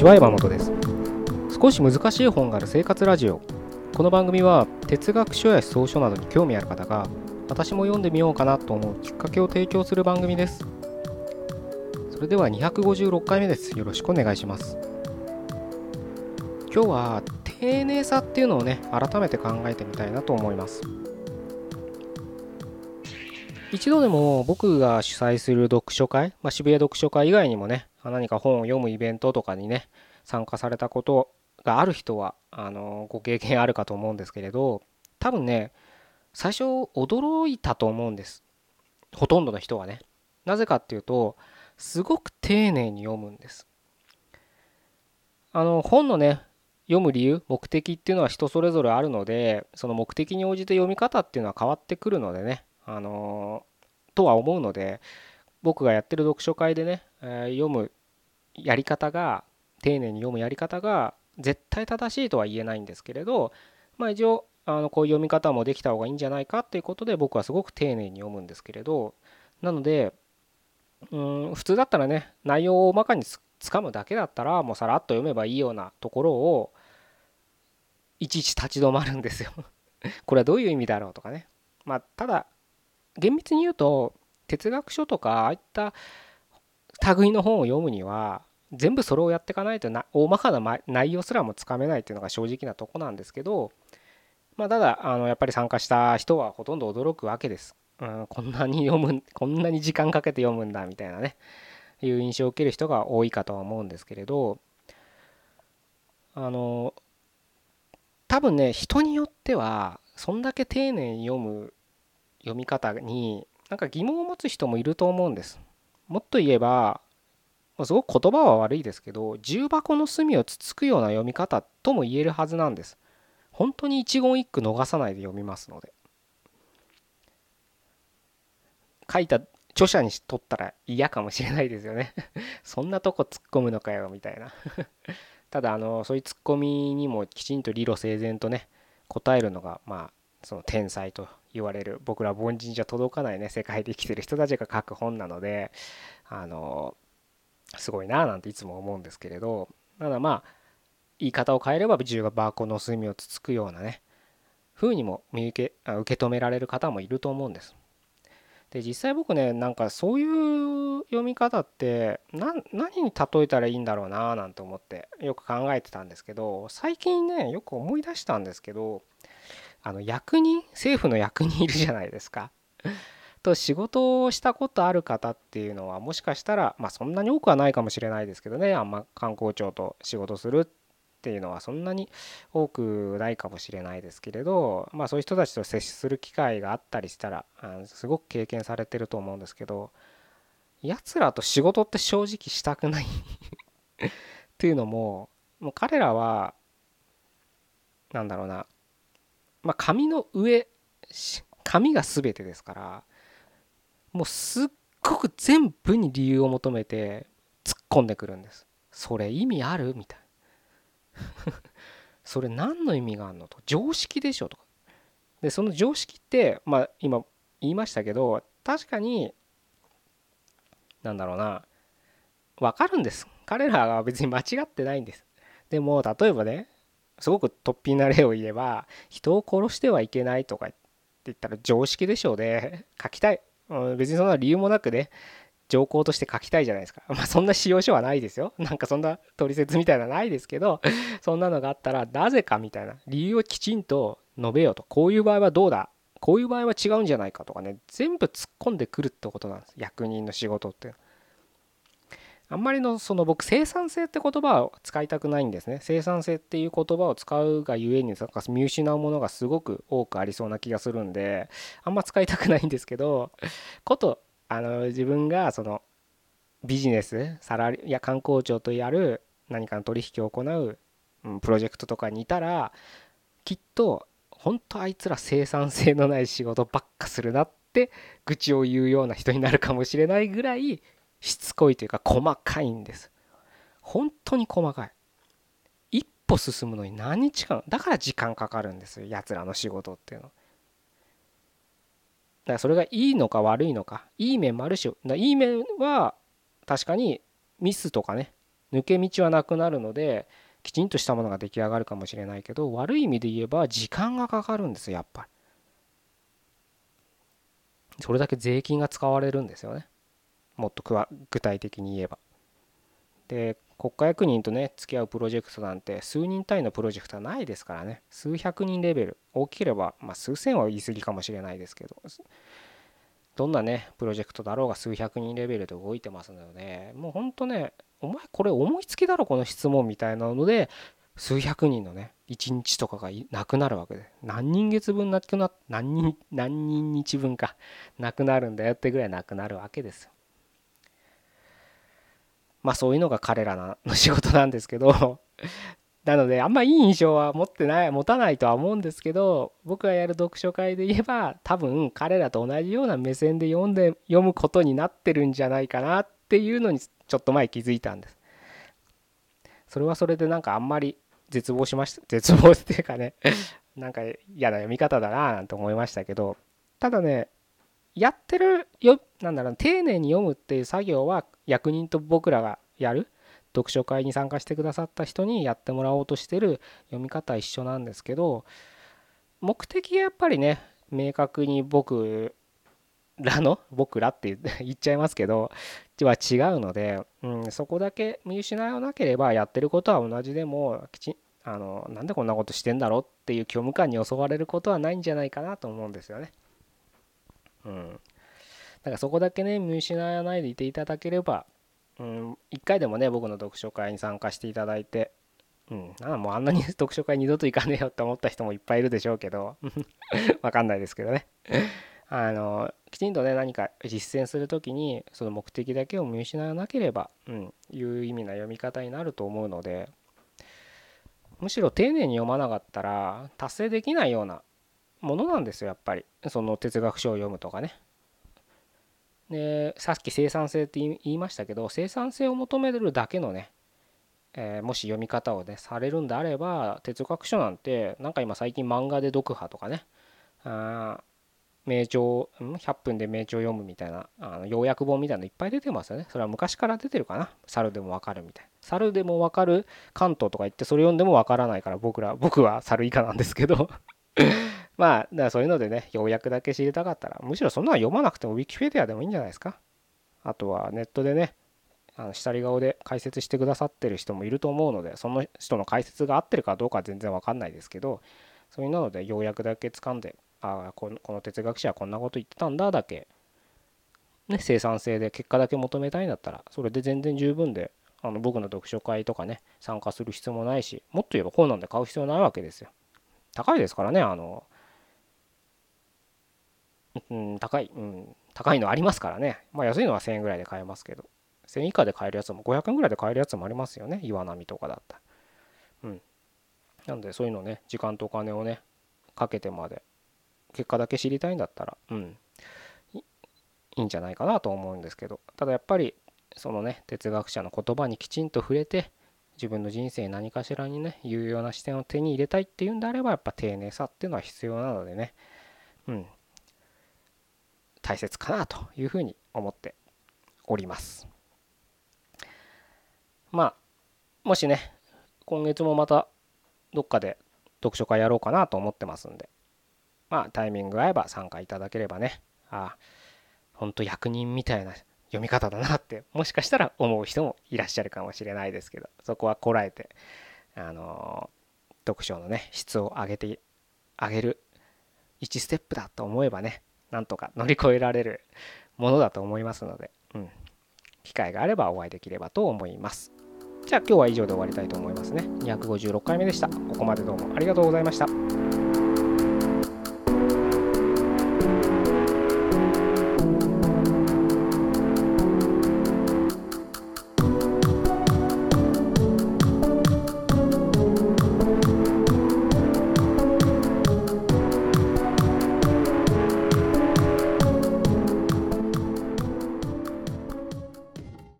ちは、山本です。少し難しい本がある生活ラジオ。この番組は哲学書や思想書などに興味ある方が、私も読んでみようかなと思うきっかけを提供する番組です。それでは256回目です。よろしくお願いします。今日は丁寧さっていうのをね、改めて考えてみたいなと思います。一度でも僕が主催する読書会、渋谷読書会以外にもね、何か本を読むイベントとかにね、参加されたことがある人はご経験あるかと思うんですけれど、多分ね、最初驚いたと思うんです。ほとんどの人はね。なぜかっていうと、すごく丁寧に読むんです。本のね、読む理由、目的っていうのは人それぞれあるので、その目的に応じて読み方っていうのは変わってくるのでね、とは思うので、僕がやってる読書会でね、読むやり方が、丁寧に読むやり方が絶対正しいとは言えないんですけれど、一応こういう読み方もできた方がいいんじゃないかっていうことで僕はすごく丁寧に読むんですけれど、なので普通だったらね、内容を大まかにつかむだけだったらもうさらっと読めばいいようなところをいちいち立ち止まるんですよ。これはどういう意味だろうとかね。ただ厳密に言うと哲学書とかああいった類の本を読むには全部それをやっていかないと大まかな内容すらもつかめないっていうのが正直なとこなんですけど、ただやっぱり参加した人はほとんど驚くわけです。こんなに時間かけて読むんだみたいなね、いう印象を受ける人が多いかとは思うんですけれど、あの多分ね、人によってはそんだけ丁寧に読む読み方になんか疑問を持つ人もいると思うんです。もっと言えば、すごく言葉は悪いですけど、重箱の隅をつつくような読み方とも言えるはずなんです。本当に一言一句逃さないで読みますので。書いた著者にとったら嫌かもしれないですよね。そんなとこ突っ込むのかよみたいな。ただそういう突っ込みにもきちんと理路整然とね、答えるのがその天才と言われる、僕ら凡人じゃ届かないね、世界で生きてる人たちが書く本なので、あのすごいなぁなんていつも思うんですけれど、ただ言い方を変えれば重箱の隅をつつくようなね風にも受け止められる方もいると思うんです。で実際僕ね、なんかそういう読み方って何に例えたらいいんだろうなぁなんて思ってよく考えてたんですけど、最近ねよく思い出したんですけど、政府の役人いるじゃないですか。と仕事をしたことある方っていうのはもしかしたら、そんなに多くはないかもしれないですけどね、あんま観光庁と仕事するっていうのはそんなに多くないかもしれないですけれど、そういう人たちと接する機会があったりしたらすごく経験されてると思うんですけど、やつらと仕事って正直したくないっていうのも、もう彼らはなんだろうな、紙の上、紙が全てですから、もうすっごく全部に理由を求めて突っ込んでくるんです。それ意味あるみたいな。それ何の意味があるのと。常識でしょとか。で、その常識って、今言いましたけど、確かに、なんだろうな、わかるんです。彼らは別に間違ってないんです。でも、例えばね、すごく突飛な例を言えば、人を殺してはいけないとかって言ったら常識でしょうで、書きたい。別にそんな理由もなくね、条項として書きたいじゃないですか。そんな使用書はないですよ。なんかそんな取説みたいなのないですけど、そんなのがあったら、なぜかみたいな理由をきちんと述べようと。こういう場合はどうだ、こういう場合は違うんじゃないかとかね、全部突っ込んでくるってことなんです。役人の仕事って。あんまりの僕生産性って言葉を使いたくないんですね。生産性っていう言葉を使うがゆえになんか見失うものがすごく多くありそうな気がするんで、あんま使いたくないんですけど、こと自分がビジネスサラリーや観光庁とやる何かの取引を行うプロジェクトとかにいたら、きっと本当あいつら生産性のない仕事ばっかするなって愚痴を言うような人になるかもしれないぐらいしつこいというか細かいんです。本当に細かい。一歩進むのに何日間だから時間かかるんですよ、やつらの仕事っていうの。だからそれがいいのか悪いのか、いい面もあるし、いい面は確かにミスとかね、 抜け道はなくなるので、きちんとしたものが出来上がるかもしれないけど、悪い意味で言えば時間がかかるんですよ、やっぱり。それだけ税金が使われるんですよね。もっと具体的に言えば。で、国家役人とね、付き合うプロジェクトなんて数人単位のプロジェクトはないですからね。数百人レベル。大きければ、数千は言い過ぎかもしれないですけど、どんなね、プロジェクトだろうが数百人レベルで動いてますので、もうほんとね、お前これ思いつきだろ、この質問みたいなので、数百人のね、一日とかがなくなるわけで、何人月分なくな、何人日分か、なくなるんだよってぐらいなくなるわけですよ。そういうのが彼らの仕事なんですけど、なのであんまいい印象は持たないとは思うんですけど、僕がやる読書会で言えば多分彼らと同じような目線で読むことになってるんじゃないかなっていうのにちょっと前気づいたんです。それはそれでなんかあんまり絶望しました。絶望っていうかね、なんか嫌な読み方だななんて思いましたけど、ただね、やってるよ、なんだろう、丁寧に読むっていう作業は役人と僕らがやる、読書会に参加してくださった人にやってもらおうとしてる読み方は一緒なんですけど、目的がやっぱりね、明確に僕らって言っちゃいますけど、は違うので、そこだけ見失わなければやってることは同じでも、なんでこんなことしてんだろうっていう虚無感に襲われることはないんじゃないかなと思うんですよね。だからそこだけね、見失わないでいていただければ、一回でもね、僕の読書会に参加していただいて、もうあんなに読書会二度と行かねえよって思った人もいっぱいいるでしょうけど、わかんないですけどね。きちんとね、何か実践するときに、その目的だけを見失わなければ、いう意味な読み方になると思うので、むしろ丁寧に読まなかったら達成できないようなものなんですよ、やっぱり。その哲学書を読むとかね。で、さっき生産性って言いましたけど、生産性を求めるだけのね、もし読み方をね、されるんであれば、哲学書なんて、なんか今最近漫画で読破とかね、名著、100分で名著読むみたいな、要約本みたいなのいっぱい出てますよね。それは昔から出てるかな。猿でもわかるみたいな。猿でもわかる関東とか言って、それ読んでもわからないから、僕は猿以下なんですけどだからそういうのでね、要約だけ知りたかったら、むしろそんなの読まなくてもウィキペディアでもいいんじゃないですか。あとはネットでね、下り顔で解説してくださってる人もいると思うので、その人の解説が合ってるかどうかは全然わかんないですけど、そういうので要約だけ掴んで、この哲学者はこんなこと言ってたんだだけ、ね、生産性で結果だけ求めたいんだったら、それで全然十分で、僕の読書会とかね、参加する必要もないし、もっと言えばこうなんで買う必要ないわけですよ。高いですからね、高いのありますからね。安いのは1000円ぐらいで買えますけど、1000円以下で買えるやつも500円ぐらいで買えるやつもありますよね。岩波とかだったら。なんでそういうのね、時間とお金をね、かけてまで、結果だけ知りたいんだったら、いいんじゃないかなと思うんですけど、ただやっぱり、そのね、哲学者の言葉にきちんと触れて、自分の人生に何かしらにね、有用な視点を手に入れたいっていうんであれば、やっぱ丁寧さっていうのは必要なのでね、うん、大切かなというふうに思っております。もしね、今月もまたどっかで読書会やろうかなと思ってますんで、タイミング合えば参加いただければね、ほんと役人みたいな読み方だなってもしかしたら思う人もいらっしゃるかもしれないですけど、そこはこらえて、読書のね、質を上げる1ステップだと思えばね、なんとか乗り越えられるものだと思いますので、機会があればお会いできればと思います。じゃあ今日は以上で終わりたいと思いますね。256回目でした。ここまでどうもありがとうございました。